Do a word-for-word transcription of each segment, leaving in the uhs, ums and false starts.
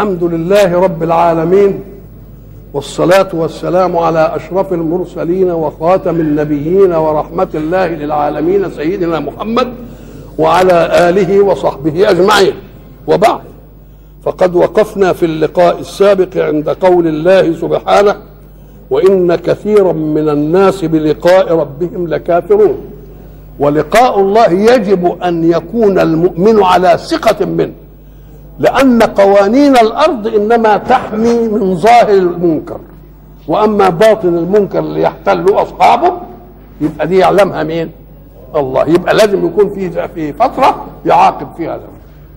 الحمد لله رب العالمين، والصلاة والسلام على أشرف المرسلين وخاتم النبيين ورحمة الله للعالمين سيدنا محمد وعلى آله وصحبه أجمعين. وبعد، فقد وقفنا في اللقاء السابق عند قول الله سبحانه: وإن كثيرا من الناس بلقاء ربهم لكافرون. ولقاء الله يجب أن يكون المؤمن على ثقة منه، لأن قوانين الأرض إنما تحمي من ظاهر المنكر، وأما باطن المنكر اللي يحتله أصحابه يبقى دي يعلمها مين؟ الله. يبقى لازم يكون في في فترة يعاقب فيها ذلك.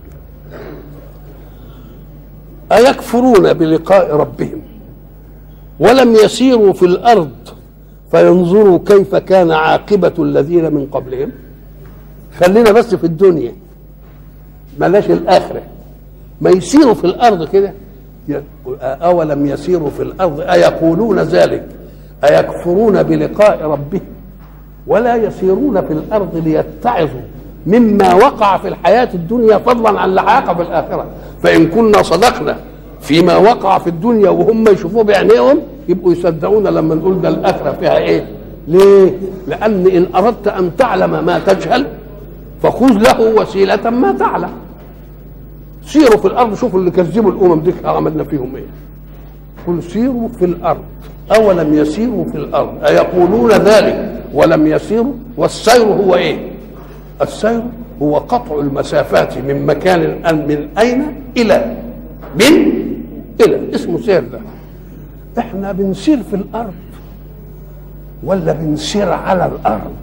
أيكفرون بلقاء ربهم ولم يسيروا في الأرض فينظروا كيف كان عاقبة الذين من قبلهم؟ خلينا بس في الدنيا، بلاش الآخرة. ما يسيروا في الأرض كده. أولم يسيروا في الأرض أيقولون ذلك أيكفرون بلقاء ربهم ولا يسيرون في الأرض ليتعظوا مما وقع في الحياة الدنيا فضلا عن لحاق في الآخرة. فإن كنا صدقنا فيما وقع في الدنيا وهم يشوفوه بعينيهم يبقوا يصدقون لما نقول ده الآخرة فيها إيه؟ ليه؟ لأن إن أردت أن تعلم ما تجهل فخذ له وسيلة ما تعلم. سيروا في الأرض، شوفوا اللي كذبوا الأمم دي عملنا فيهم إيه. قل سيروا في الأرض أولم يسيروا في الأرض أيقولون ذلك ولم يسيروا. والسير هو إيه؟ السير هو قطع المسافات من مكان من أين إلى من إلى، اسمه سير. ده احنا بنسير في الأرض ولا بنسير على الأرض؟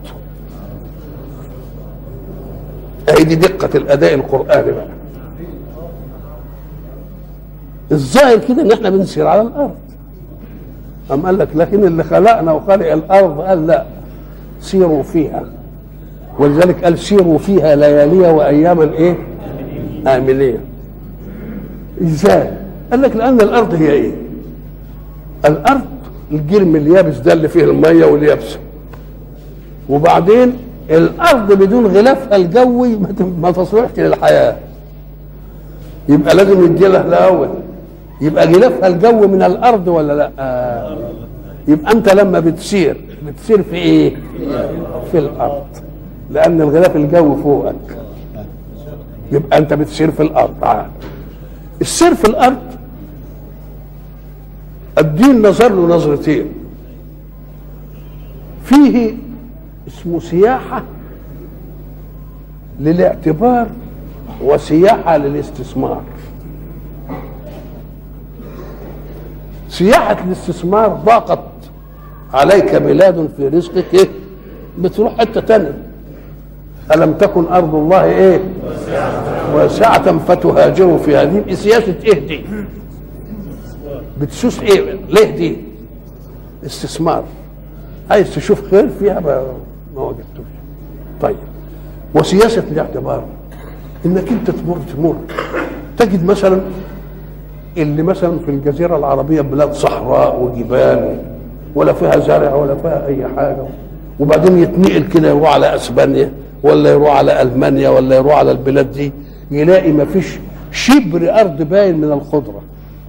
اهي دي دقة الأداء القرآني بقى. الظاهر كده ان احنا بنسير على الأرض، أم قال لك لكن اللي خلقنا وخلق الأرض قال لا، سيروا فيها. ولذلك قال سيروا فيها ليالي وأياما ايه؟ آمنية. ازاي؟ قال لك لأن الأرض هي ايه؟ الأرض الجرم اليابس ده اللي فيه المية واليابسة، وبعدين الأرض بدون غلافها الجوي ما تصلحش للحياة، يبقى لازم يدي لها الأول. يبقى غلافها الجو من الأرض ولا لا؟ آه. يبقى أنت لما بتسير بتسير في إيه؟ في الأرض، لأن الغلاف الجو فوقك، يبقى أنت بتسير في الأرض. آه. السير في الأرض الدين نظر له نظرتين، فيه اسمه سياحة للاعتبار وسياحة للاستثمار. سياحة الاستثمار ضاقت عليك بلاد في رزقك إيه؟ بتروح حتة تانية. ألم تكن أرض الله إيه؟ واسعة فتهاجروا في هذه. سياسة إيه دي؟ بتسوس إيه؟ ليه دي؟ استثمار. عايز تشوف خير فيها ما وجدتوش. طيب، وسياسة الاعتبار انك انت تمر تمر تجد مثلا اللي مثلا في الجزيرة العربية بلاد صحراء وجبال ولا فيها زرع ولا فيها اي حاجة، وبعدين يتنقل كده يروح على اسبانيا ولا يروح على المانيا ولا يروح على البلاد دي، يلاقي ما فيش شبر ارض باين من الخضرة،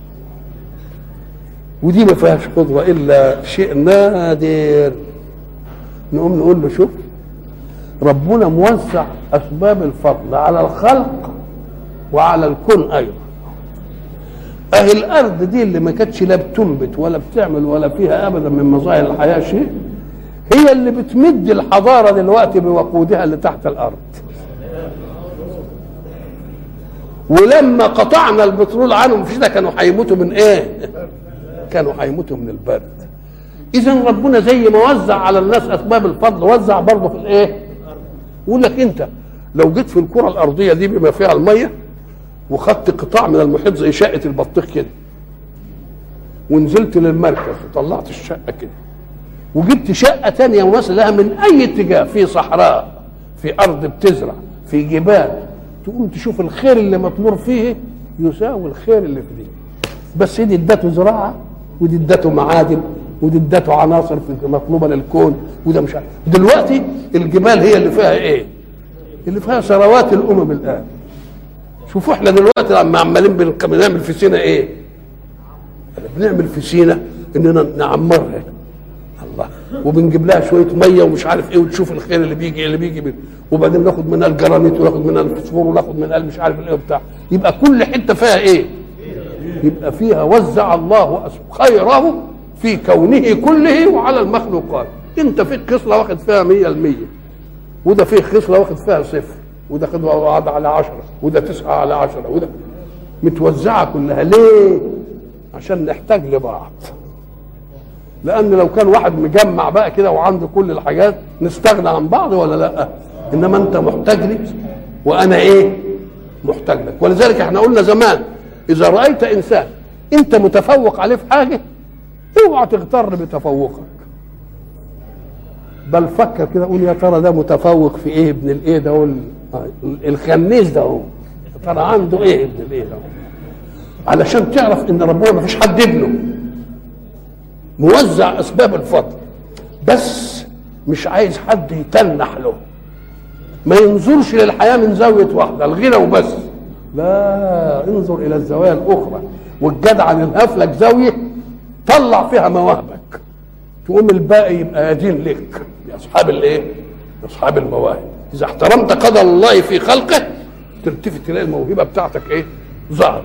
ودي ما فيهاش خضرة الا شيء نادر. نقوم نقول له شوف، ربنا موزع اسباب الفضل على الخلق وعلى الكون ايضا. اهي الارض دي اللي ما كانتش لا بتنبت ولا بتعمل ولا فيها ابدا من مظاهر الحياه شيء، هي اللي بتمد الحضاره دلوقتي بوقودها اللي تحت الارض. ولما قطعنا البترول عنهم في ده كانوا هيموتوا من ايه؟ كانوا هيموتوا من البرد. اذا ربنا زي ما وزع على الناس اسباب الفضل وزع برضه في الايه؟ يقول لك انت لو جيت في الكره الارضيه دي بما فيها الميه وخدت قطاع من المحيط زي شقه البطيخ كده ونزلت للمركز وطلعت الشقه كده وجبت شقه ثانيه ومثل لها من اي اتجاه، في صحراء، في ارض بتزرع، في جبال، تقوم تشوف الخير اللي مطمور فيه يساوي الخير اللي في دي، بس دي ادته زراعه ودي ادته معادن ودي ادته عناصر في مطلوبه للكون وده مش عارف. دلوقتي الجبال هي اللي فيها ايه؟ اللي فيها ثروات الامم الان. شوفوا احنا دلوقتي لما عمالين بنعمل في سينا ايه؟ بنعمل في سينا اننا نعمرها الله، وبنجيب لها شويه ميه ومش عارف ايه، وتشوف الخير اللي بيجي اللي بيجي بيه. وبعدين ناخد منها الجرانيت وناخد منها الفوسفور وناخد منها مش عارف الايه وبتاع. يبقى كل حته فيها ايه؟ يبقى فيها وزع الله خيره في كونه كله وعلى المخلوقات. انت فيك خصله واخد فيها مية المية، وده فيه خصله واخد فيها صفر، وده خد واحد على عشرة، وده تسعة على عشرة، وده متوزعه كلها. ليه؟ عشان نحتاج لبعض. لان لو كان واحد مجمع بقى كده وعنده كل الحاجات نستغنى عن بعض ولا لا؟ انما انت محتاج لي وانا ايه؟ محتاج لك. ولذلك احنا قلنا زمان اذا رايت انسان انت متفوق عليه في حاجه اوعى تغتر بتفوقك، بل فكر كده قول يا ترى ده متفوق في ايه ابن الايه ده؟ هو الخنيس ده هو ترى عنده ايه ابن الايه ده؟ علشان تعرف ان ربنا ما فيش حد ابنه، موزع اسباب الفضل، بس مش عايز حد يتنح له، ما ينظرش للحياه من زاويه واحده الغنى وبس، لا انظر الى الزوايا الاخرى. والجدع نلهف لك زاويه طلع فيها مواهبك، تقوم الباقي يبقى يدين لك يا اصحاب الايه؟ يا اصحاب المواهب. اذا احترمت قدر الله في خلقه تلتفت تلاقي الموهبه بتاعتك ايه؟ ظهرت.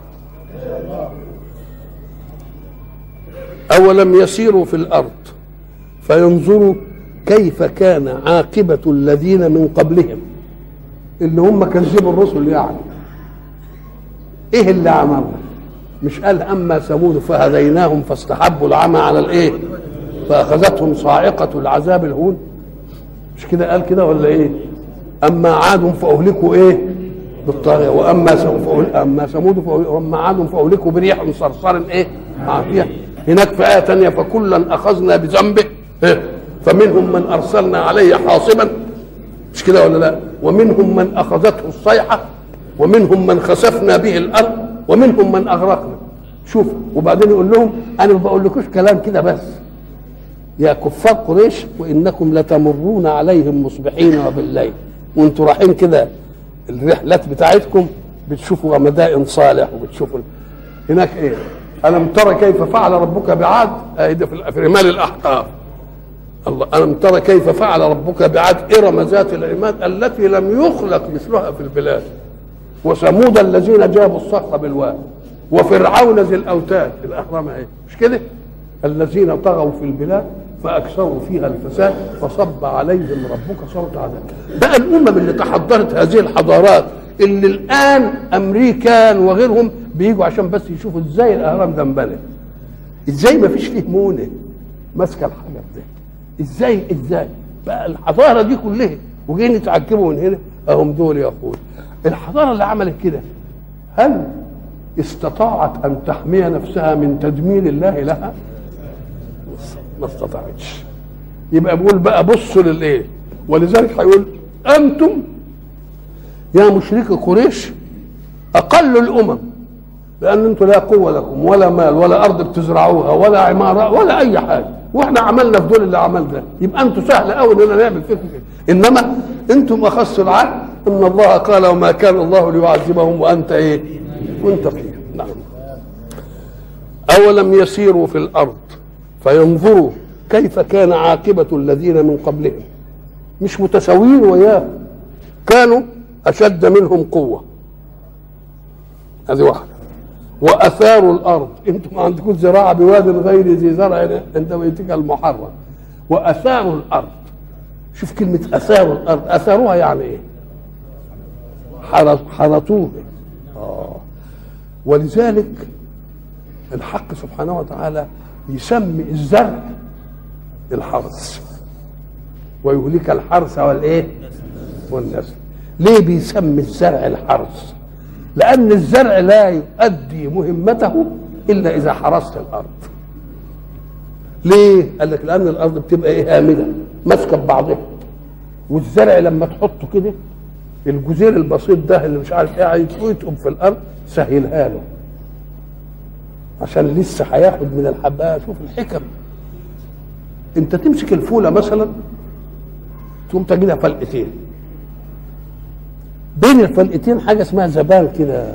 أولم يسيروا في الأرض فينظروا كيف كان عاقبة الذين من قبلهم، اللي هم كذبوا الرسل. يعني إيه اللي عملوا؟ مش قال أما ثمود فهديناهم فاستحبوا العمى على الإيه؟ فأخذتهم صاعقة العذاب الهون. مش كده قال كده ولا إيه؟ أما عاد فأهلكوا إيه؟ بالطاغية. وأما أما ثمود وأما عاد فأهلكوا بريح صرصر إيه؟ عافية. هناك في آية تانية فكلا أخذنا بذنبه فمنهم من أرسلنا عليه حاصبا، مش كده ولا لا؟ ومنهم من أخذته الصيحة ومنهم من خسفنا به الأرض ومنهم من أغرقنا. شوف، وبعدين يقول لهم أنا ما بقولكوش كلام كده بس يا كفار قريش وإنكم لتمرون عليهم مصبحين وبالليل، وانتوا رايحين كده الرحلات بتاعتكم بتشوفوا مدائن صالح وبتشوفوا هناك ايه؟ ألم ترى كيف فعل ربك بعاد؟ اهي في رمال الأحقاف. الله، ألم ترى كيف فعل ربك بعاد إرم ذات العماد التي لم يخلق مثلها في البلاد، وثمود الذين جابوا الصخر بالواد، وفرعون ذي الأوتاد. الأهرام ايه؟ مش كده؟ الذين طغوا في البلاد فأكثروا فيها الفساد فصب عليهم ربك صوت عذاب. بقى الأمم اللي تحضرت هذه الحضارات اللي الآن أمريكان وغيرهم بيجوا عشان بس يشوفوا ازاي الأهرام ده انبنى، ازاي ما فيش فيه مونة ماسكة الحجر ده، ازاي ازاي بقى الحضارة دي كلها وجايين يتعجبوا من هنا. اهم دول يا اخوي الحضارة اللي عملت كده هل استطاعت أن تحمي نفسها من تدمير الله لها؟ ما استطاعتش. يبقى بقول بقى بصوا للايه، ولذلك هيقول انتم يا مشركي قريش اقل الامم، لان انتم لا قوه لكم ولا مال ولا ارض بتزرعوها ولا عماره ولا اي حاجه، واحنا عملنا في دول اللي عمل ده، يبقى انتم سهل قوي اننا نعمل فيكم كده. انما انتم اخذتوا العهد ان الله قال وما كان الله ليعذبهم وانت ايه؟ وانت فيه. نعم. اولم يسيروا في الارض فينظروا كيف كان عاقبة الذين من قبلهم، مش متساويين وياه، كانوا أشد منهم قوة، هذه واحدة، وأثاروا الأرض. أنتم ما عندكم زراعة بواد غير ذي زرع عند بيتك المحرم، وأثاروا الأرض. شوف كلمة أثاروا الأرض، أثاروها يعني إيه؟ حرطوها. آه. ولذلك الحق سبحانه وتعالى يسمي الزرع الحرث ويهلك الحرث والايه والنسل. ليه بيسمي الزرع الحرث؟ لان الزرع لا يؤدي مهمته الا اذا حرثت الارض. ليه؟ قال لك لان الارض بتبقى ايه؟ هامده ماسكه ببعضها، والزرع لما تحطه كده الجزير البسيط ده اللي مش عارف ايه يتقوم في الارض سهلها له عشان لسه هياخد من الحبايه. شوف الحكم، انت تمسك الفوله مثلا تقوم تجدها فلقتين، بين الفلقتين حاجه اسمها زبان كده،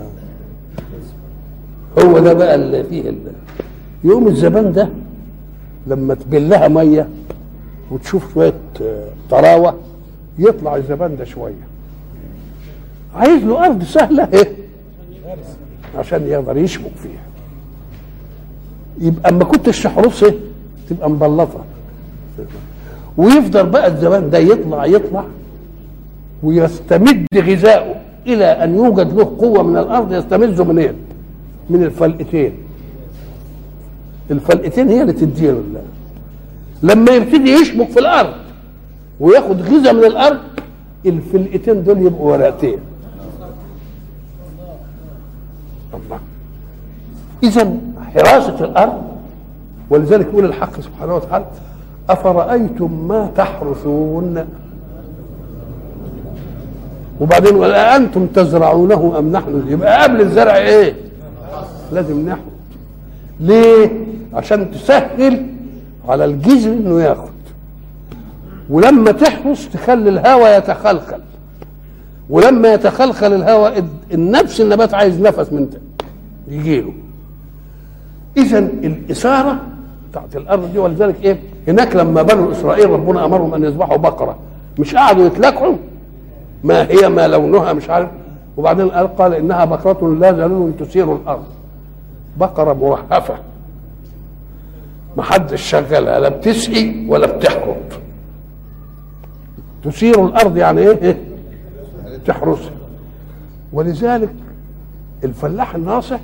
هو ده بقى اللي فيه اللي. يوم الزبان ده لما تبلها ميه وتشوف شويه طراوه يطلع الزبان ده شويه، عايز له ارض سهله ايه عشان يقدر يشبك فيها. يبقى اما كنتش تحرسه تبقى مبلطه، ويفضل بقى الزبان ده يطلع يطلع ويستمد غذائه الى ان يوجد له قوه من الارض. يستمزه منين؟ من الفلقتين. الفلقتين هي اللي تديله. لما يبتدي يشبك في الارض وياخد غذاء من الارض، الفلقتين دول يبقوا ورقتين. الله. اذا حراسه الارض، ولذلك يقول الحق سبحانه وتعالى: افرايتم ما تحرثون. وبعدين قال: أأنتم تزرعونه ام نحن؟ يبقى قبل الزرع ايه؟ لازم نحرث. ليه؟ عشان تسهل على الجذر انه ياخد، ولما تحرث تخلي الهواء يتخلخل، ولما يتخلخل الهواء النفس النبات عايز نفس من ده يجيله. اذا الاثاره بتاعت الارض دي، ولذلك ايه هناك لما بنو اسرائيل ربنا امرهم ان يذبحوا بقره، مش قعدوا يتلكعوا ما هي ما لونها مش عارف، وبعدين قال قال انها بقره لا ذلول تثير الارض. بقره مرهفه ما حدش شغالها، لا بتسقي ولا بتحرث. تثير الارض يعني ايه؟ تحرسها. ولذلك الفلاح الناصح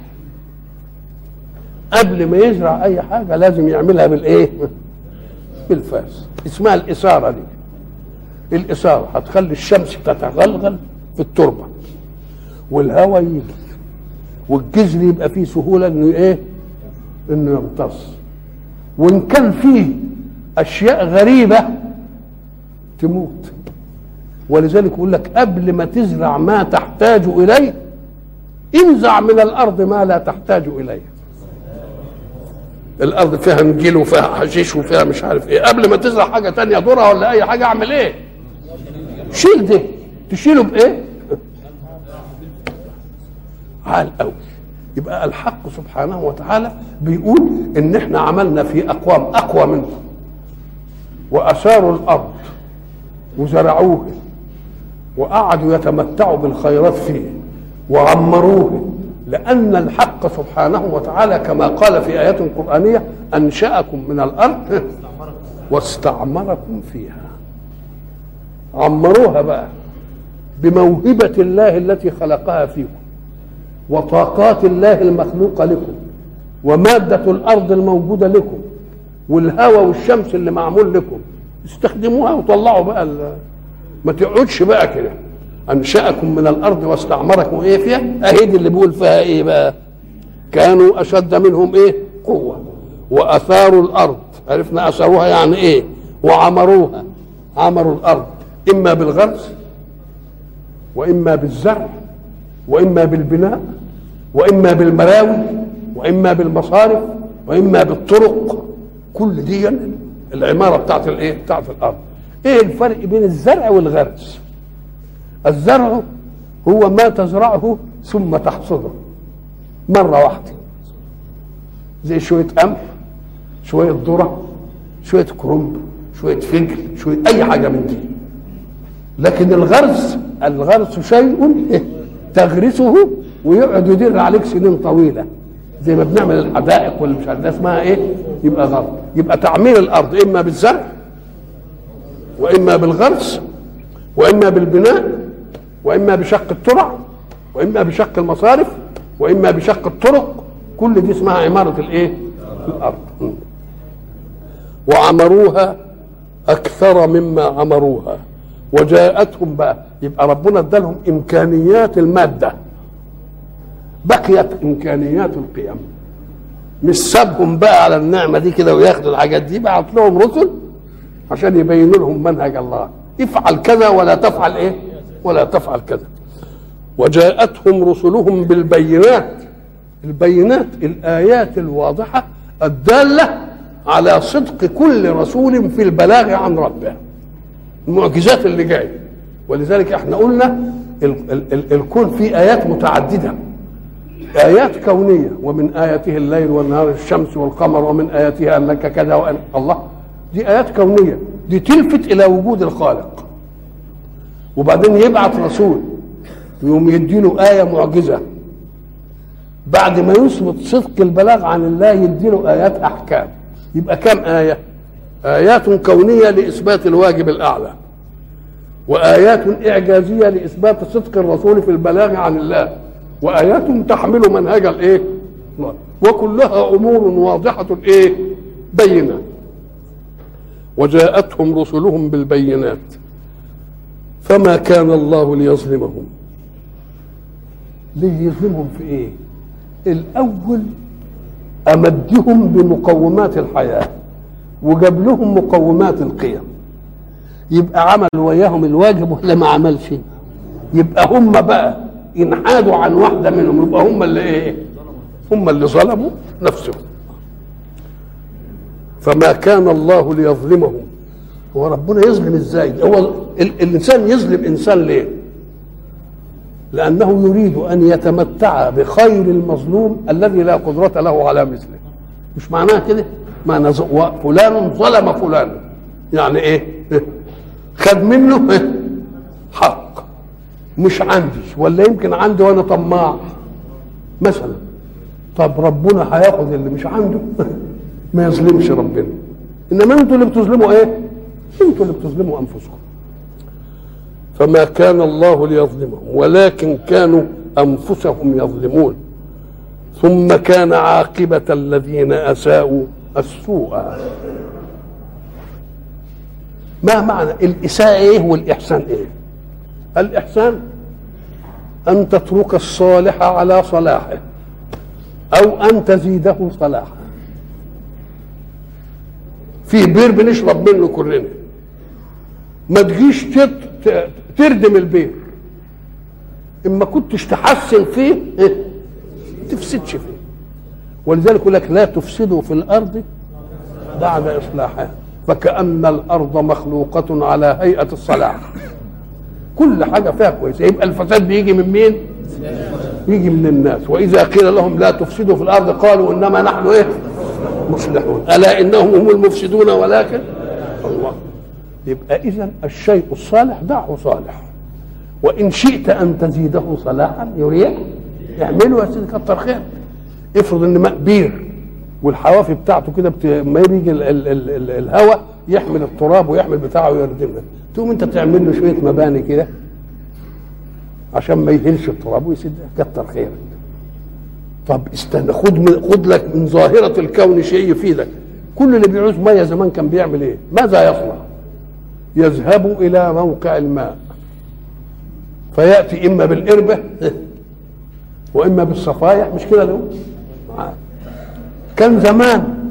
قبل ما يزرع اي حاجه لازم يعملها بالايه؟ بالفاس. اسمها الاثاره دي. الاثاره هتخلي الشمس تتغلغل في التربه والهواء يجي والجذر يبقى فيه سهوله انه ايه؟ انه يمتص. وان كان فيه اشياء غريبه تموت. ولذلك يقول لك قبل ما تزرع ما تحتاج اليه انزع من الارض ما لا تحتاج اليه. الارض فيها نجيل وفيها حشيش وفيها مش عارف ايه، قبل ما تزرع حاجه تانية ذره ولا اي حاجه اعمل ايه؟ شيل ده. تشيله بايه؟ عال قوي. يبقى الحق سبحانه وتعالى بيقول ان احنا عملنا في اقوام اقوى منكم واثاروا الارض وزرعوه وقعدوا يتمتعوا بالخيرات فيه وعمروه، لأن الحق سبحانه وتعالى كما قال في آيات قرآنية: أنشأكم من الأرض واستعمركم فيها. عمروها بقى بموهبة الله التي خلقها فيكم وطاقات الله المخلوقة لكم ومادة الأرض الموجودة لكم والهواء والشمس اللي معمول لكم. استخدموها وطلعوا بقى، ما تقعدش بقى كده. أنشأكم من الأرض واستعمركم إيه فيها. أهيد اللي بيقول فيها إيه بقى؟ كانوا أشد منهم إيه؟ قوة وأثاروا الأرض. عرفنا أثروها يعني إيه؟ وعمروها. عمروا الأرض إما بالغرس وإما بالزرع وإما بالبناء وإما بالمراوي وإما بالمصارف وإما بالطرق. كل دي العمارة بتاعت الإيه؟ بتاعت الأرض. إيه الفرق بين الزرع والغرس؟ الزرع هو ما تزرعه ثم تحصده مرة واحدة، زي شوية قمح، شوية ذرة، شوية كرنب، شوية فجل، شوية أي حاجة من دي. لكن الغرس الغرس شيء تغرسه ويقعد يدير عليك سنين طويلة، زي ما بنعمل الحدائق واللي مش عارف ده اسمها ايه؟ يبقى غرس. يبقى تعمير الأرض إما بالزرع وإما بالغرس وإما بالبناء وإما بشق الترع وإما بشق المصارف وإما بشق الطرق. كل دي اسمها عمارة الايه؟ الأرض. وعمروها أكثر مما عمروها وجاءتهم بقى. يبقى ربنا ادالهم إمكانيات المادة، بقيت إمكانيات القيم. مش سابهم بقى على النعمة دي كده وياخدوا الحاجات دي، بعت لهم رسل عشان يبينوا لهم منهج الله. افعل كذا ولا تفعل ايه؟ ولا تفعل كذا. وجاءتهم رسلهم بالبينات. البينات الآيات الواضحة الدالة على صدق كل رسول في البلاغ عن ربه، المعجزات اللي جايه. ولذلك احنا قلنا ال ال ال الكون فيه آيات متعددة، آيات كونية، ومن آياته الليل والنهار الشمس والقمر، ومن آياتها أنك كذا وأن الله، دي آيات كونية، دي تلفت إلى وجود الخالق. وبعدين يبعث رسول يقوم يديله آية معجزة، بعد ما يثبت صدق البلاغ عن الله يديله آيات أحكام. يبقى كم آية؟ آيات كونية لإثبات الواجب الأعلى، وآيات إعجازية لإثبات صدق الرسول في البلاغ عن الله، وآيات تحمل منهج الإيه؟ وكلها أمور واضحة إيه؟ بينة. وجاءتهم رسلهم بالبينات فما كان الله ليظلمهم. ليه يظلمهم في إيه؟ الأول أمدهم بمقومات الحياة وجاب لهم مقومات القيم، يبقى عمل وياهم الواجب ولا ما عملش؟ يبقى هم بقى ينحادوا عن واحدة منهم، يبقى هم اللي ايه؟ هم اللي ظلموا نفسهم. فما كان الله ليظلمهم. هو ربنا يظلم ازاي؟ هو الانسان يظلم انسان ليه؟ لانه يريد ان يتمتع بخير المظلوم الذي لا قدرة له على مثله. مش معناها كده؟ معنى فلان ظلم فلان، يعني ايه؟ خد منه حق مش عندي، ولا يمكن عندي وانا طماع مثلا. طب ربنا هياخد اللي مش عنده؟ ما يظلمش ربنا، انما انتوا اللي بتظلموا ايه؟ انتوا اللي بتظلموا انفسكم. فما كان الله ليظلمهم ولكن كانوا انفسهم يظلمون. ثم كان عاقبة الذين اساءوا السوء. ما معنى الاساءة ايه والاحسان ايه؟ الاحسان ان تترك الصالح على صلاحه او ان تزيده صلاحا. في بير بنشرب منه كلنا، ما تجيش تردم البير، اما كنتش تحسن فيه تفسدش فيه. ولذلك يقول لك لا تفسدوا في الارض بعد اصلاحها فكأن الارض مخلوقة على هيئة الصلاح. كل حاجة فيها كويسة. يبقى الفساد بيجي من مين؟ يجي من الناس. واذا قيل لهم لا تفسدوا في الارض قالوا انما نحن ايه؟ مصلحون. الا انهم هم المفسدون ولكن الله. يبقى اذا الشيء الصالح دعه صالح، وان شئت ان تزيده صلاحا يريح اعمله يا سيدي كتر خير. افرض ان ماء بير والحوافي بتاعته كده بت... ما بيجي ال... ال... ال... ال... الهواء يحمل التراب ويحمل بتاعه ويردمه، تقوم انت تعمل له شويه مباني كده عشان ما يهلش التراب ويسد كتر خيرك. طب استنى، خد من... خد لك من ظاهره الكون شيء يفيدك. كل اللي بيعوز ميه زمان كان بيعمل ايه؟ ماذا يصنع؟ يذهب الى موقع الماء فياتي اما بالقربه واما بالصفايح، مش كده لو كان زمان.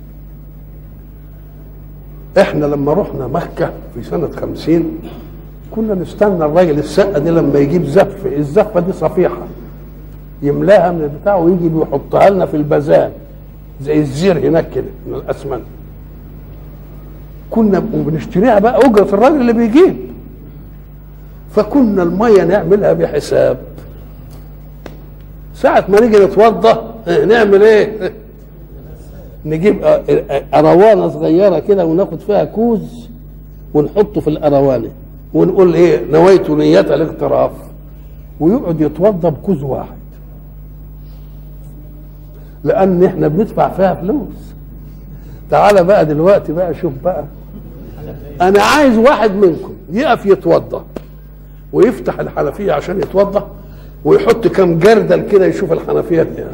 احنا لما رحنا مكة في سنة خمسين كنا نستنى الراجل السقة دي لما يجيب زفة، الزفة دي صفيحة يملاها من البتاع ويجي بيحطها لنا في البزان زي الزير هناك كده من الأسمنت. كنا وبنشتريها بقى أجرة الراجل اللي بيجيب. فكنا المية نعملها بحساب. ساعة ما نيجي نتوضى نعمل ايه؟ نجيب أروانة صغيرة كده وناخد فيها كوز ونحطه في الأروانة ونقول ايه؟ نويت نية الاغتراف، ويقعد يتوضى بكوز واحد لأن احنا بندفع فيها فلوس. تعالى بقى دلوقتي بقى شوف بقى، أنا عايز واحد منكم يقف يتوضى ويفتح الحنفية عشان يتوضى ويحط كم جردل كده يشوف الحنفية دي.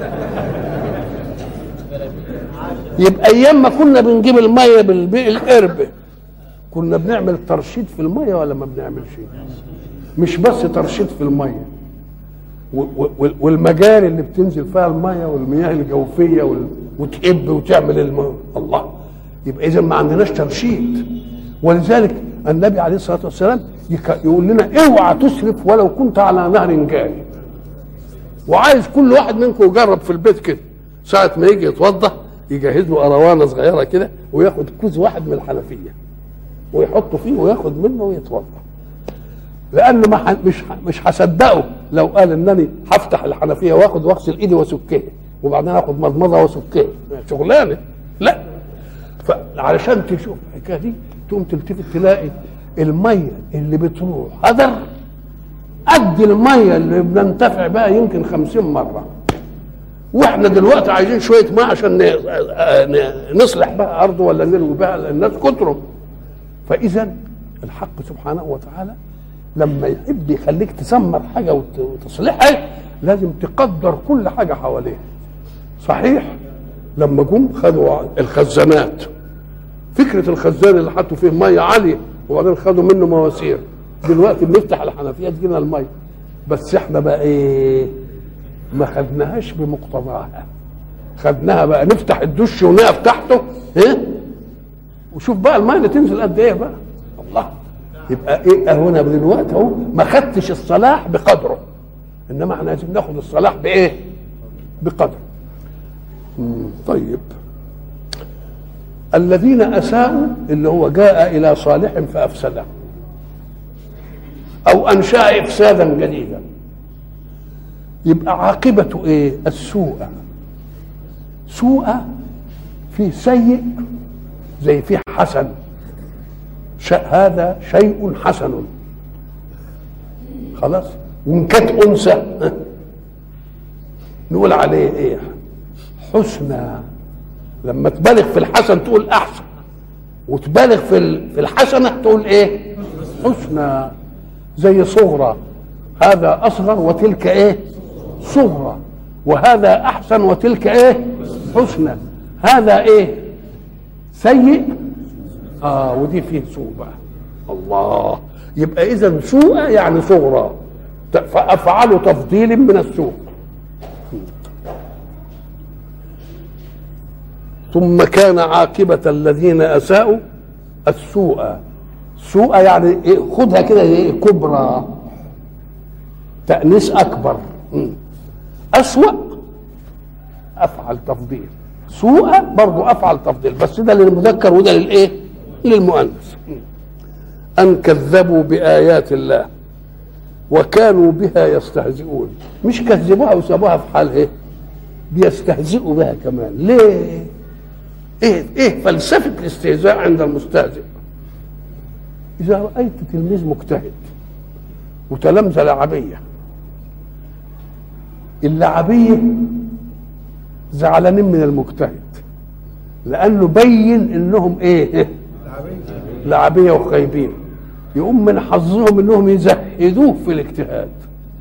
يبقى ايام ما كنا بنجيب الميه بالقربه كنا بنعمل ترشيد في الميه ولا ما بنعملش؟ مش بس ترشيد في الميه، والمجاري اللي بتنزل فيها الميه والمياه الجوفيه وتقب وتعمل الماء الله. يبقى اذا ما عندناش ترشيد. ولذلك النبي عليه الصلاه والسلام يقول لنا اوعى تسرف ولو كنت على نهر جاري. وعايز كل واحد منكم يجرب في البيت كده، ساعه ما يجي يتوضا يجهز له أروانة صغيرة كده وياخد كوز واحد من الحنفية ويحطه فيه وياخد منه ويتوضا. لأنه ما مش مش هصدقه لو قال إنني هفتح الحنفية وآخد وأغسل إيدي وأسكها وبعدين آخد مضمضة وأسكها، شغلانة. لا، فعلشان تشوف الحكاية دي تقوم تلتفت تلاقي المية اللي بتروح هدر قد المية اللي بننتفع بها يمكن خمسين مرة. واحنا دلوقتي عايزين شوية ماء عشان نصلح بها أرض ولا نروي بها الناس كتروا. فإذا الحق سبحانه وتعالى لما يحب يخليك تسمر حاجة وتصلحها لازم تقدر كل حاجة حواليها. صحيح لما جم خدوا الخزانات، فكرة الخزان اللي حطوا فيه مية عالية وبعدين خدوا منه مواسير، دلوقتي بنفتح الحنفية تجينا المية، بس احنا بقى ايه ما خدناهاش بمقتضاها، خدناها بقى نفتح الدش ونقف تحته ايه وشوف بقى المية اللي تنزل قد ايه بقى. الله، يبقى ايه هنا دلوقتي اهو ما خدتش الصلاح بقدره، انما احنا لازم ناخد الصلاح بايه؟ بقدره. طيب، الذين اساءوا اللي هو جاء الى صالح فافسده او انشا افسادا جديدا، يبقى عاقبته ايه؟ السوء. سوء فيه سيء زي فيه حسن، هذا شيء حسن خلاص. وان كانت انثى نقول عليه ايه؟ حسنى. لما تبالغ في الحسن تقول احسن، وتبالغ في في الحسنه تقول ايه؟ حسنى. زي صغرى، هذا اصغر وتلك ايه؟ صغرى، وهذا احسن وتلك ايه؟ حسنى. هذا ايه؟ سيء، اه ودي فيه سوء بقى. الله، يبقى اذا سوء يعني صغرى، فافعل تفضيل من السوء. ثم كان عاقبة الذين أساءوا السوء. سوء يعني إيه؟ خدها كده إيه؟ كبرى، تأنيس أكبر. أسوأ أفعل تفضيل، سوء برضو أفعل تفضيل، بس ده للمذكر وده للإيه؟ للمؤنث. أن كذبوا بآيات الله وكانوا بها يستهزئون. مش كذبوها وسابوها في حالها، بيستهزئوا بها كمان. ليه؟ ايه ايه فلسفه الاستهزاء عند المستهزئ؟ اذا رايت تلميذ مجتهد وتلامذه لعبيه، اللعبيه زعلانين من المجتهد لانه بين انهم ايه؟ لعبيه وخايبين، يقوم من حظهم انهم يزهدوه في الاجتهاد،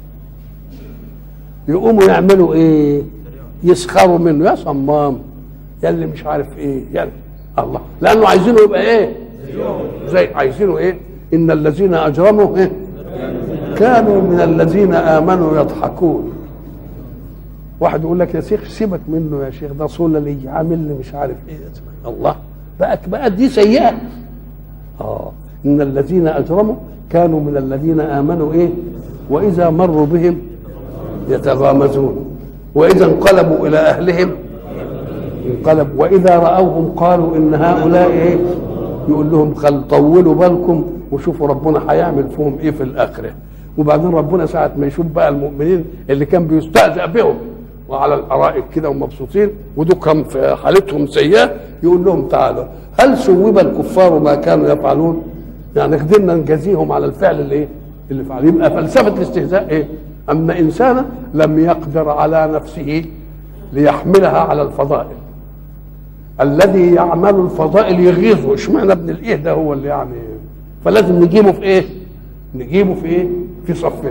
يقوموا يعملوا ايه؟ يسخروا منه، يا صمام يا اللي مش عارف ايه يعني. الله، لانه عايزينه يبقى ايه؟ زي عايزينه ايه؟ ان الذين اجرموا ايه؟ كانوا من الذين امنوا يضحكون. واحد يقول لك يا شيخ سيبك منه يا شيخ، ده صلة لي عامل لي مش عارف ايه. الله، بقى بقى دي سيئه. اه ان الذين اجرموا كانوا من الذين امنوا ايه؟ واذا مروا بهم يتغامزون واذا انقلبوا الى اهلهم انقلب واذا راوهم قالوا ان هؤلاء ايه؟ يقول لهم خل طولوا بالكم وشوفوا ربنا هيعمل فيهم ايه في الاخره. وبعدين ربنا ساعه ما يشوف بقى المؤمنين اللي كان بيستهزأ بهم وعلى الارائك كده ومبسوطين ودول كان في حالتهم سيئه، يقول لهم تعالوا هل ثوب الكفار ما كانوا يفعلون؟ يعني قدرنا نجازيهم على الفعل اللي ايه؟ اللي فعل. يبقى فلسفه الاستهزاء ايه؟ ان انسانا لم يقدر على نفسه ليحملها على الفضائل. الذي يعمل الفضائل يغيظه، اشمعنى ابن الايه ده هو اللي يعني، فلازم نجيبه في ايه؟ نجيبه في ايه؟ في صفنا.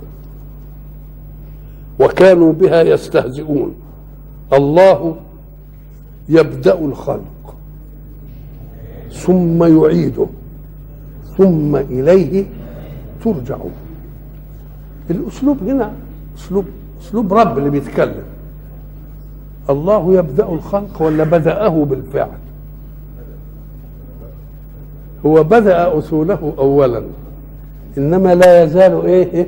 وكانوا بها يستهزئون. الله يبدأ الخلق ثم يعيده ثم إليه ترجعون. الأسلوب هنا أسلوب أسلوب رب اللي بيتكلم. الله يبدأ الخلق ولا بدأه بالفعل؟ هو بدأ أصوله أولا، إنما لا يزال إيه, إيه؟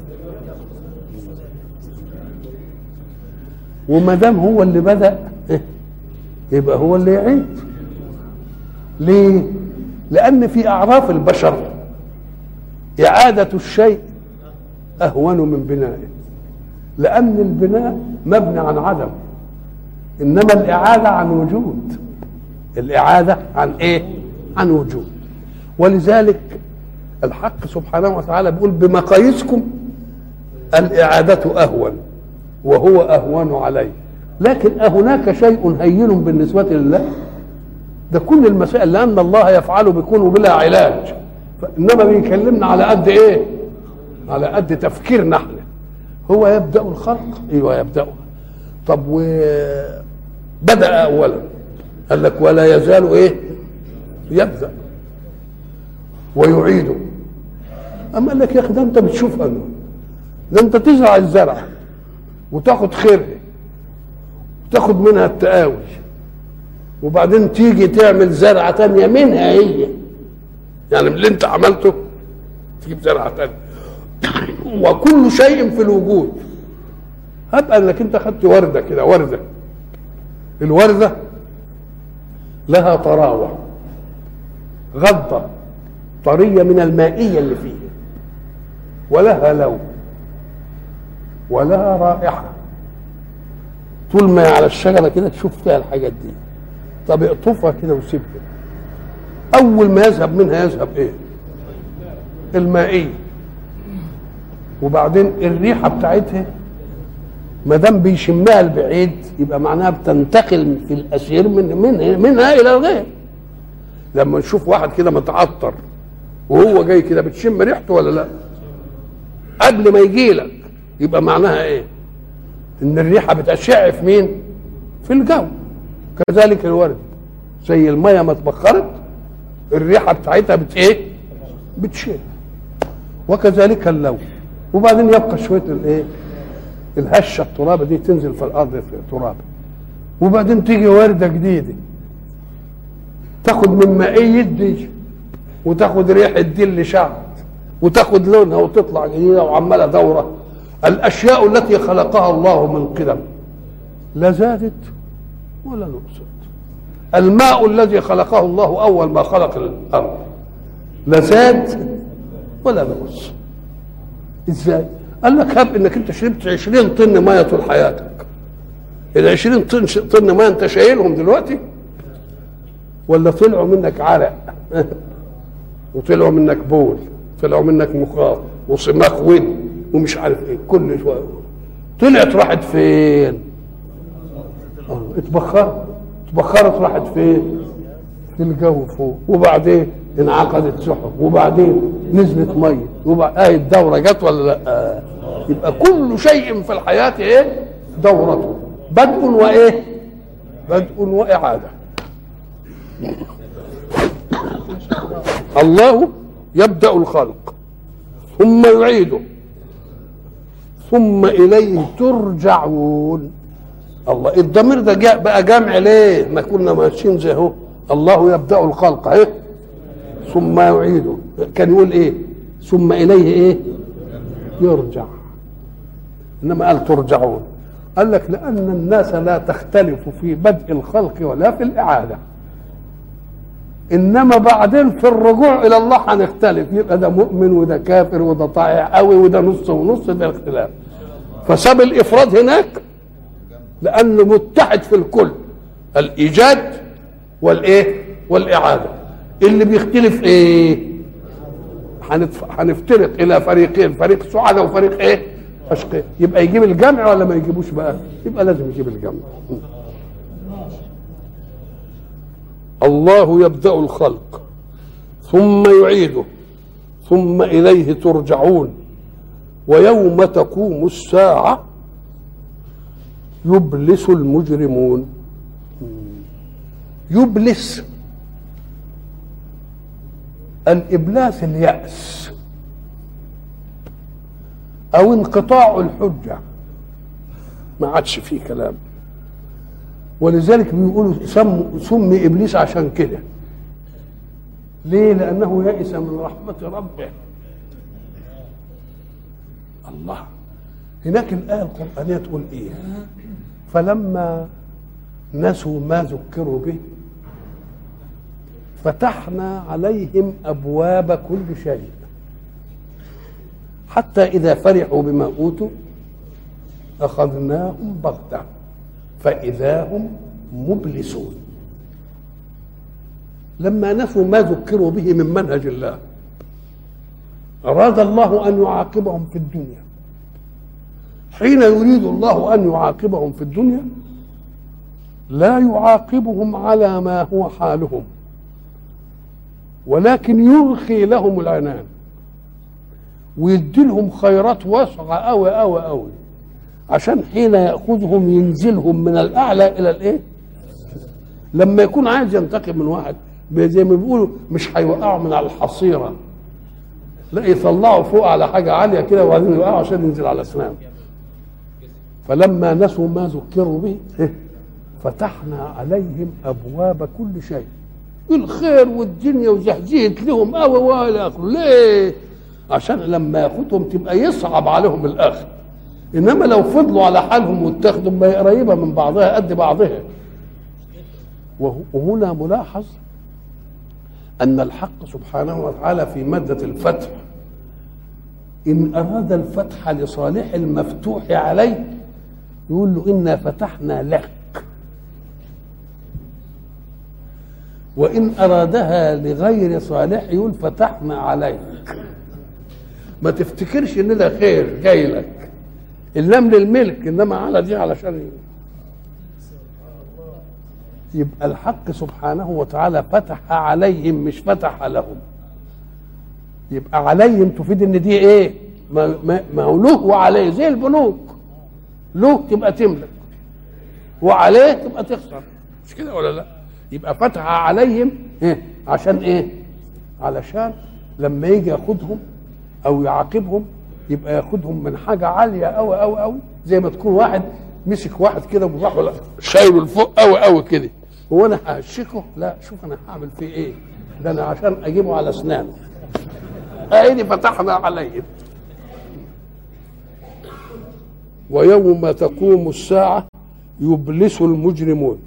وما دام هو اللي بدأ إيه؟ يبقى هو اللي يعيد. ليه؟ لأن في أعراف البشر إعادة الشيء أهون من بنائه، لأن البناء مبني عن عدم، إنما الإعادة عن وجود. الإعادة عن إيه؟ عن وجود. ولذلك الحق سبحانه وتعالى بيقول بمقاييسكم الإعادة أهون وهو أهون عليه. لكن أهناك شيء هين بالنسبة لله؟ ده كل المسائل لأن الله يفعل بكون بلا علاج، إنما بيكلمنا على قد إيه؟ على قد تفكيرنا احنا. هو يبدأ الخلق، ايوه يبدأه. طب وبدأ أولا قال لك ولا يزال ايه؟ يبدأ ويعيده. أما قال لك يا أخي ده أنت بتشوف أنه ده أنت تزرع الزرع وتاخد خيره وتاخد منها التقاوي، وبعدين تيجي تعمل زرعة تانية منها هي، يعني من اللي أنت عملته تجيب زرعة تانية. وكل شيء في الوجود. هب انك انت خدت ورده كده، ورده الورده لها طراوه، غضه طريه من المائيه اللي فيها، ولها لون ولها رائحه. طول ما على الشجره كده تشوف فيها الحاجات دي. طب اقطفها كده وسيبها، اول ما يذهب منها يذهب ايه؟ المائيه. وبعدين الريحه بتاعتها ما دام بيشمها البعيد يبقى معناها بتنتقل في الاسير من من منها الى الغير. لما نشوف واحد كده متعطر وهو جاي كده بتشم ريحته ولا لا؟ قبل ما يجي لك يبقى معناها ايه؟ ان الريحه بتشع في مين؟ في الجو. كذلك الورد زي الميه ما اتبخرت الريحه بتاعتها بت ايه؟ بتشع. وكذلك اللون. وبعدين يبقى شويه الايه؟ الهشه الترابه دي تنزل في الارض في تراب. وبعدين تيجي ورده جديده تاخد من مائيه دي وتاخد ريحه دي اللي شعت وتاخد لونها وتطلع جديده وعماله دوره. الاشياء التي خلقها الله من قدم لا زادت ولا نقصت. الماء الذي خلقه الله اول ما خلق الارض لا زاد ولا نقص. ازاي؟ قال لك هب انك انت شربت عشرين طن ميه طول حياتك. ال عشرين طن طن ميه انت شايلهم دلوقتي ولا طلعوا منك عرق وطلعوا منك بول، طلعوا منك مخاط وصماخ ود ومش عارف ايه، كل شويه طلعت راحت فين؟ اه اتبخرت اتبخرت راحت فين؟ في الجو فوق. وبعدين انعقدت سحب وبعدين نزلت ميه وبعدين آه الدوره جت ولا لا؟ آه. يبقى كل شيء في الحياه ايه؟ دورته، بدء وايه؟ بدء واعاده. الله يبدأ الخلق ثم يعيده ثم إليه ترجعون. الله الضمير ده جاء بقى جمع ليه؟ ما كنا ماشيين زي هو. الله يبدأ الخلق اهي ثم يعيده. كان يقول ايه؟ ثم إليه ايه؟ يرجع. انما قال ترجعون. قال لك لأن الناس لا تختلف في بدء الخلق ولا في الإعادة، انما بعدين في الرجوع الى الله هنختلف. يبقى ده مؤمن وده كافر وده طائع قوي وده نص ونص، ده الاختلاف. فساب الافراد هناك لانه متحد في الكل، الايجاد والايه والاعاده. اللي بيختلف ايه؟ هنفترق الى فريقين، فريق سعداء وفريق ايه؟ اشقياء. يبقى يجيب الجمع ولا ما يجيبوش بقى؟ يبقى لازم يجيب الجمع. الله يبدأ الخلق ثم يعيده ثم إليه ترجعون ويوم تقوم الساعة يبلس المجرمون. يبلس الإبلاس اليأس أو انقطاع الحجة، ما عادش فيه كلام. ولذلك بيقولوا سم سمي ابليس عشان كده. ليه؟ لانه يئس من رحمه ربه. الله. هناك الايه القرانيه تقول ايه؟ فلما نسوا ما ذكروا به فتحنا عليهم ابواب كل شيء حتى إذا فرحوا بما أوتوا أخذناهم بغتة فإذا هم مبلسون. لما نسوا ما ذكروا به من منهج الله أراد الله أن يعاقبهم في الدنيا. حين يريد الله أن يعاقبهم في الدنيا لا يعاقبهم على ما هو حالهم، ولكن يرخي لهم العنان ويدي لهم خيرات واسعة أوي أوي أوي، عشان حين يأخذهم ينزلهم من الأعلى إلى الإيه؟ لما يكون عايز ينتقم من واحد زي ما بيقولوا مش هيوقعوا من على الحصيرة، لا يطلعوا فوق على حاجة عالية كده وبعدين يوقعوا عشان ينزل على أسنانهم. فلما نسوا ما ذكروا به فتحنا عليهم أبواب كل شيء، الخير والدنيا وزحزحت لهم أوي وإلى آخره. ليه؟ عشان لما ياخدهم تبقى يصعب عليهم الآخر، إنما لو فضلوا على حالهم واتخذوا ما هي قريبة من بعضها قد بعضها. وهنا ملاحظ أن الحق سبحانه وتعالى في مادة الفتح إن أراد الفتح لصالح المفتوح عليه يقول له إنا فتحنا لك، وإن أرادها لغير صالح يقول فتحنا عليك. ما تفتكرش إن ده خير جاي لك، النمل الملك، إنما على دي علشان يبقى الحق سبحانه وتعالى فتح عليهم مش فتح لهم. يبقى عليهم تفيد ان دي ايه؟ ما هو له وعليه، زي البنوك له تبقى تملك وعليه تبقى تخسر، مش كده ولا لا؟ يبقى فتح عليهم ايه؟ عشان ايه؟ علشان لما يجي ياخدهم او يعاقبهم يبقى ياخدهم من حاجه عاليه قوي قوي قوي، زي ما تكون واحد مسك واحد كده وراح ولا شايله لفوق قوي قوي كده، هو انا هشكه؟ لا، شوف انا هعمل فيه ايه؟ ده انا عشان اجيبه على اسنانه. ايدي فتحنا عليهم. ويوم تقوم الساعه يبلس المجرمون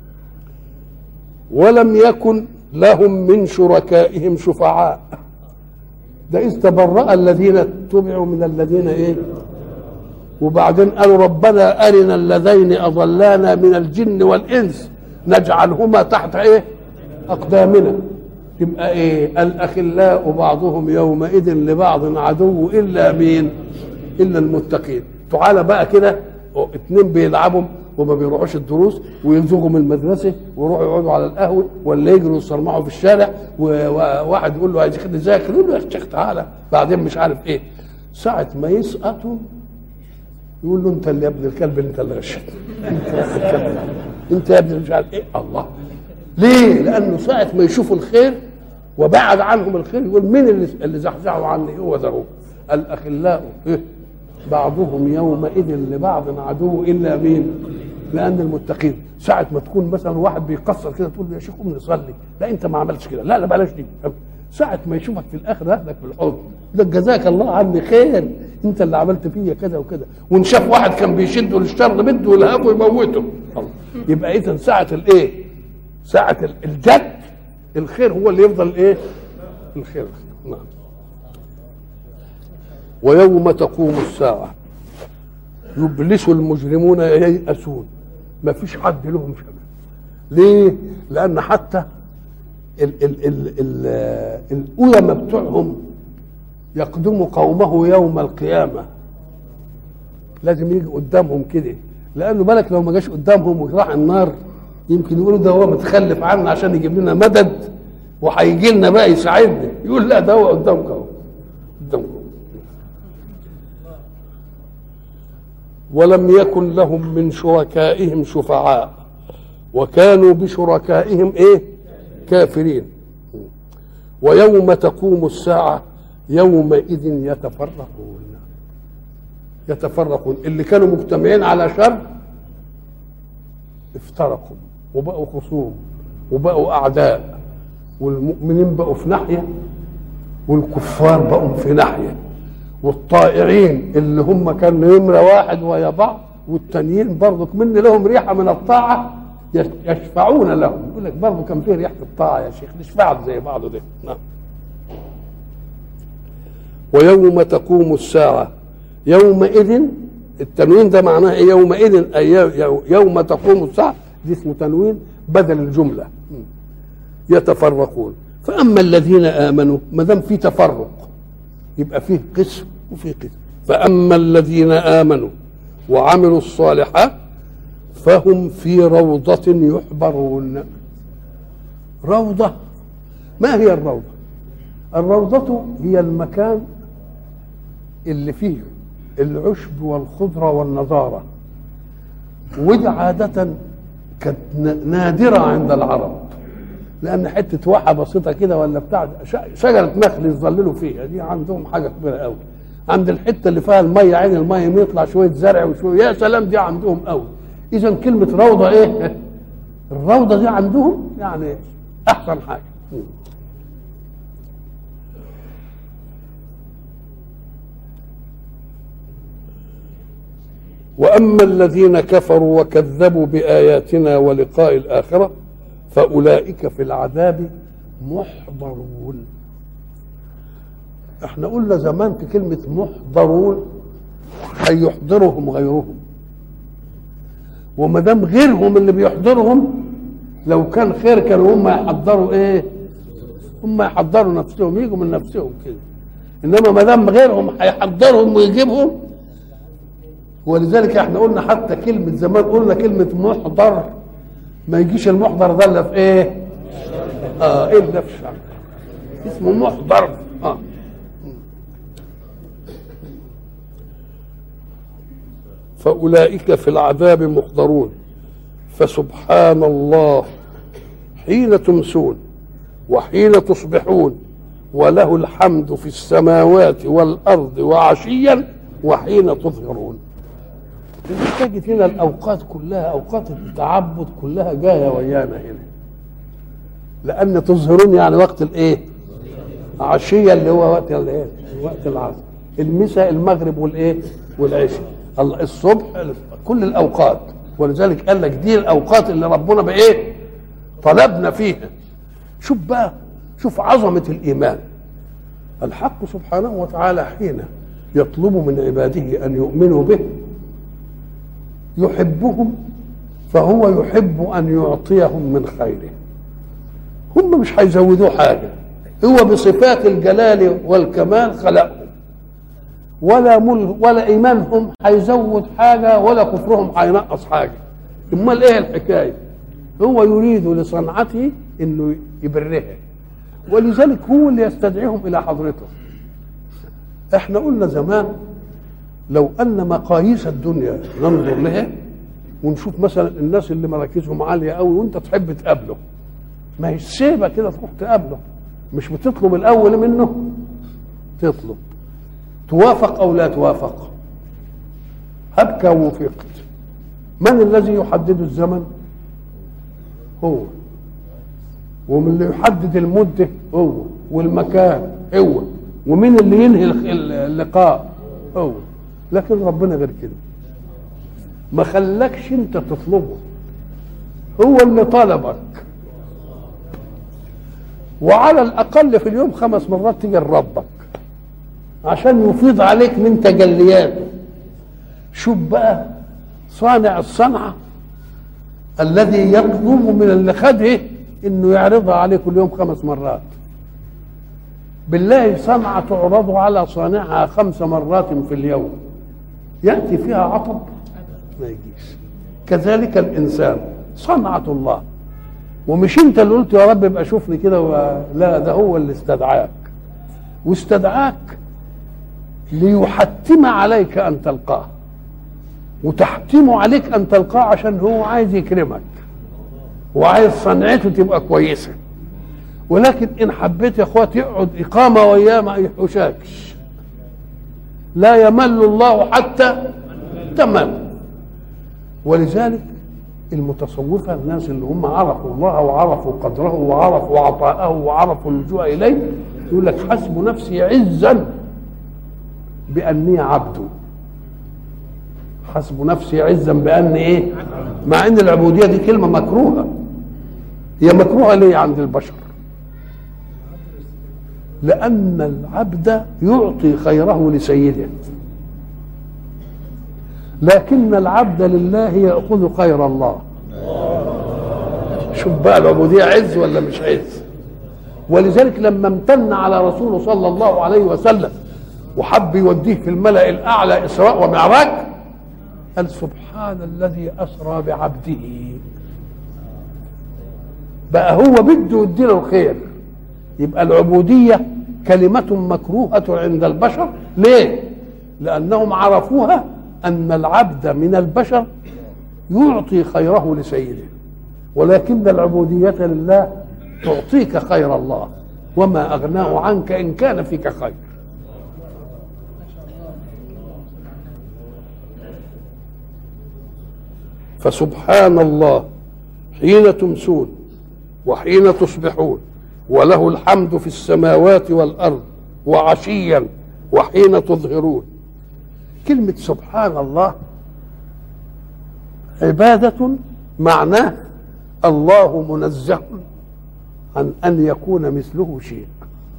ولم يكن لهم من شركائهم شفعاء. ده إذ تبرأ الذين اتبعوا من الذين ايه؟ وبعدين قالوا ربنا أرنا اللذين أضلانا من الجن والإنس نجعلهما تحت ايه؟ أقدامنا. تبقى ايه؟ الأخلاء بعضهم يومئذ لبعض عدو إلا مين؟ إلا المتقين. تعالى بقى كده اتنين بيلعبوا وما بيروحوش الدروس وينزغوا من المدرسه ويروحوا يقعدوا على القهوه ولا يجروا يصرمعوا في الشارع، وواحد يقول له عايز يخد ذاكر يقول له يا شيخ تعالى بعدين مش عارف ايه. ساعه ما يسقطوا يقول له انت اللي يا ابن الكلب انت اللي غشيت، انت انت يا ابن مش عارف ايه. الله ليه؟ لانه ساعه ما يشوفوا الخير وبعد عنهم الخير يقول مين اللي اللي زحزحوا عني؟ هو ده هو. الاخلاء إيه؟ بعضهم يومئذ لبعض عدو الا مين؟ لان المتقين. ساعه ما تكون مثلا واحد بيقصر كده تقول له يا شيخ قوم نصلي، لا انت ما عملتش كده، لا لا بلاش دي. ساعه ما يشوفك في الاخر ياخدك بالحضن ده جزاك الله عني خير، انت اللي عملت فيا كذا وكذا. وان شاف واحد كان بيشده للشر بده يلهبه يموته. يبقى اذا ساعه الايه؟ ساعه الجد الخير هو اللي يفضل ايه؟ الخير. نعم. ويوم تقوم الساعة يبلس المجرمون ييأسون، ما فيش حد لهم شبه. ليه؟ لأن حتى ال ال ال ال الأولماء بتوعهم يقدموا قومه يوم القيامة، لازم يجي قدامهم كده، لأنه بالك لو ما جاش قدامهم وراح النار يمكن يقولوا ده هو متخلف عنا عشان يجيب لنا مدد وهيجي لنا بقى يساعدنا. يقول لا ده هو قدامكم اهو قدامكم. ولم يكن لهم من شركائهم شفعاء وكانوا بشركائهم ايه؟ كافرين. ويوم تقوم الساعة يومئذ يتفرقون يتفرقون اللي كانوا مجتمعين على شر افترقوا وبقوا خصوم وبقوا أعداء، والمؤمنين بقوا في ناحية والكفار بقوا في ناحية، والطائعين اللي هم كانوا نمرة واحد ويا بعض والتانيين برضك من لهم ريحة من الطاعة يشفعون لهم. يقول لك برضه كان فيه ريحة الطاعة يا شيخ نشفع زي بعضه ده. نعم. ويوم تقوم الساعة يومئذ، التنوين ده معناه ايه؟ يومئذ أي يوم تقوم الساعة، دي اسمه تنوين بدل الجملة. يتفرقون. فأما الذين آمنوا، ما دام في تفرق يبقى فيه قسم وفيه قسم. فأما الذين آمنوا وعملوا الصالحات فهم في روضة يحبرون. روضة، ما هي الروضة؟ الروضة هي المكان اللي فيه العشب والخضرة والنضارة، ودي عادة كانت نادرة عند العرب، لأن حتة واحة بسيطة كده ولا بتاع شجرة نخل يظللوا فيها، دي عندهم حاجة كبيرة قوي. عند الحتة اللي فيها المية، عين المية يطلع شوية زرع وشوية، يا سلام، دي عندهم قوي. إذا كلمة روضة إيه؟ الروضة دي عندهم يعني أحسن حاجة. وأما الذين كفروا وكذبوا بآياتنا ولقاء الآخرة فأولئك في العذاب محضرون. احنا قلنا زمان في كلمة محضرون هيحضرهم غيرهم، وما دام غيرهم اللي بيحضرهم لو كان خير كانوا هم يحضروا ايه؟ هم يحضروا نفسهم، يجوا من نفسهم كده. انما ما دام غيرهم هيحضرهم ويجيبهم، ولذلك احنا قلنا حتى كلمة زمان قلنا كلمة محضر، ما يجيش المحضر ده الا في ايه؟ اه الا في الشرع، اسمه محضر. اه فأولئك في العذاب محضرون. فسبحان الله حين تمسون وحين تصبحون وله الحمد في السماوات والأرض وعشيا وحين تظهرون. تجد هنا الأوقات كلها، أوقات التعبد كلها جاية ويانا هنا، لأن تظهرون يعني وقت الإيه؟ عشية اللي هو وقت الإيه؟ وقت العصر، المساء المغرب والإيه؟ والعشاء، الصبح، كل الأوقات. ولذلك قال لك دي الأوقات اللي ربنا بإيه؟ طلبنا فيها. شوف بقى، شوف عظمة الإيمان. الحق سبحانه وتعالى حين يطلب من عباده أن يؤمنوا به يحبهم، فهو يحب أن يعطيهم من خيره. هم مش هيزودوه حاجة، هو بصفات الجلال والكمال خلقهم، ولا مل ولا إيمانهم هيزود حاجة ولا كفرهم هينقص حاجة. امال ايه الحكاية؟ هو يريد لصنعته انه يبرها، ولذلك هو اللي يستدعيهم الى حضرته. احنا قلنا زمان لو ان مقاييس الدنيا ننظر لها ونشوف مثلا الناس اللي مراكزهم عاليه قوي وانت تحب تقابله، ما هي سيبه كده تروح تقابله، مش بتطلب الاول منه، تطلب توافق او لا توافق. هبك ووفقت. من الذي يحدد الزمن؟ هو. ومن اللي يحدد المده؟ هو. والمكان؟ هو. ومين اللي ينهي اللقاء؟ هو. لكن ربنا غير كده، ما خلكش انت تطلبه، هو اللي طلبك. وعلى الاقل في اليوم خمس مرات تيجي لربك عشان يفيض عليك من تجلياته. شوف بقى صانع الصنعه الذي يطلب من اللي خده انه يعرضها عليه كل يوم خمس مرات. بالله صنعه تعرض على صانعها خمس مرات في اليوم، ياتي فيها عطب؟ ما يجيش. كذلك الانسان صنعه الله، ومش انت اللي قلت يا رب ابقى شوفني كده و... لا، ده هو اللي استدعاك، واستدعاك ليحتم عليك ان تلقاه، وتحتم عليك ان تلقاه عشان هو عايز يكرمك وعايز صنعته تبقى كويسه. ولكن ان حبيت يا اخوات يقعد اقامه وياه ما يحوشكش، لا يمل الله حتى تمل. ولذلك المتصوفه الناس اللي هم عرفوا الله وعرفوا قدره وعرفوا عطاءه وعرفوا اللجوء اليه يقول لك حسب نفسي عزا باني عبد. حسب نفسي عزا باني ايه؟ مع ان العبوديه دي كلمه مكروهه. هي مكروهه ليه عند البشر؟ لأن العبد يعطي خيره لسيده، لكن العبد لله يأخذ خير الله. شوف بقى العبودية عز ولا مش عز؟ ولذلك لما امتن على رسوله صلى الله عليه وسلم وحب يوديه في الملأ الأعلى إسراء ومعراج، قال سبحان الذي أسرى بعبده. بقى هو بده يديله الخير. يبقى العبودية كلمة مكروهة عند البشر. ليه؟ لأنهم عرفوها أن العبد من البشر يعطي خيره لسيده، ولكن العبودية لله تعطيك خير الله، وما أغناه عنك إن كان فيك خير. فسبحان الله حين تمسون وحين تصبحون، وله الحمد في السماوات والأرض وعشيا وحين تظهرون. كلمة سبحان الله عبادة معناه الله منزه عن أن يكون مثله شيء.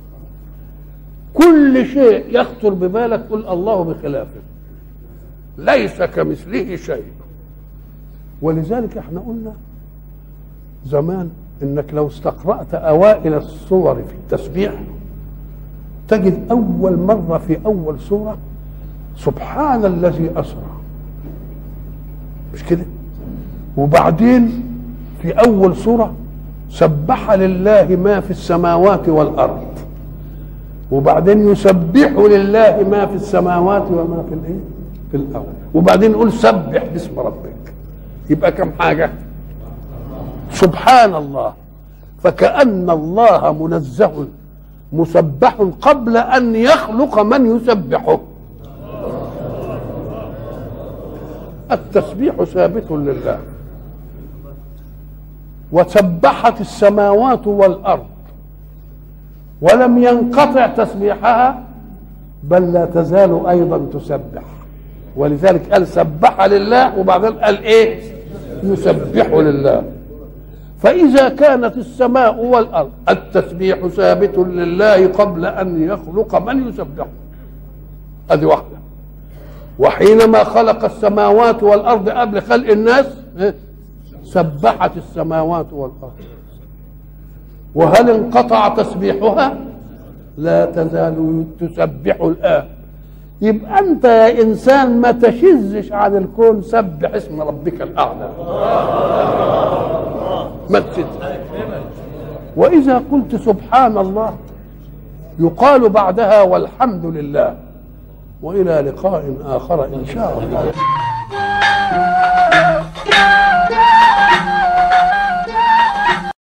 كل شيء يخطر ببالك قل الله بخلافه، ليس كمثله شيء. ولذلك احنا قلنا زمان انك لو استقرأت اوائل الصور في التسبيح تجد اول مرة في اول سورة سبحان الذي اسرى، مش كده؟ وبعدين في اول سورة سبح لله ما في السماوات والارض، وبعدين يسبح لله ما في السماوات وما في الايه في الارض، وبعدين يقول سبح باسم ربك. يبقى كم حاجة؟ سبحان الله. فكأن الله منزه مسبح قبل أن يخلق من يسبحه. التسبيح ثابت لله. وسبحت السماوات والأرض ولم ينقطع تسبيحها، بل لا تزال أيضا تسبح. ولذلك قال سبح لله وبعدين قال ايه؟ يسبح لله. فإذا كانت السماء والأرض التسبيح ثابت لله قبل أن يخلق من يسبحه، هذه واحدة. وحينما خلق السماوات والأرض قبل خلق الناس سبحت السماوات والأرض. وهل انقطع تسبيحها؟ لا تزال تسبح الآن. يبقى أنت يا إنسان ما تشزش عن الكون، سبح اسم ربك الأعلى، ما تشزش. وإذا قلت سبحان الله يقال بعدها والحمد لله. وإلى لقاء آخر إن شاء الله.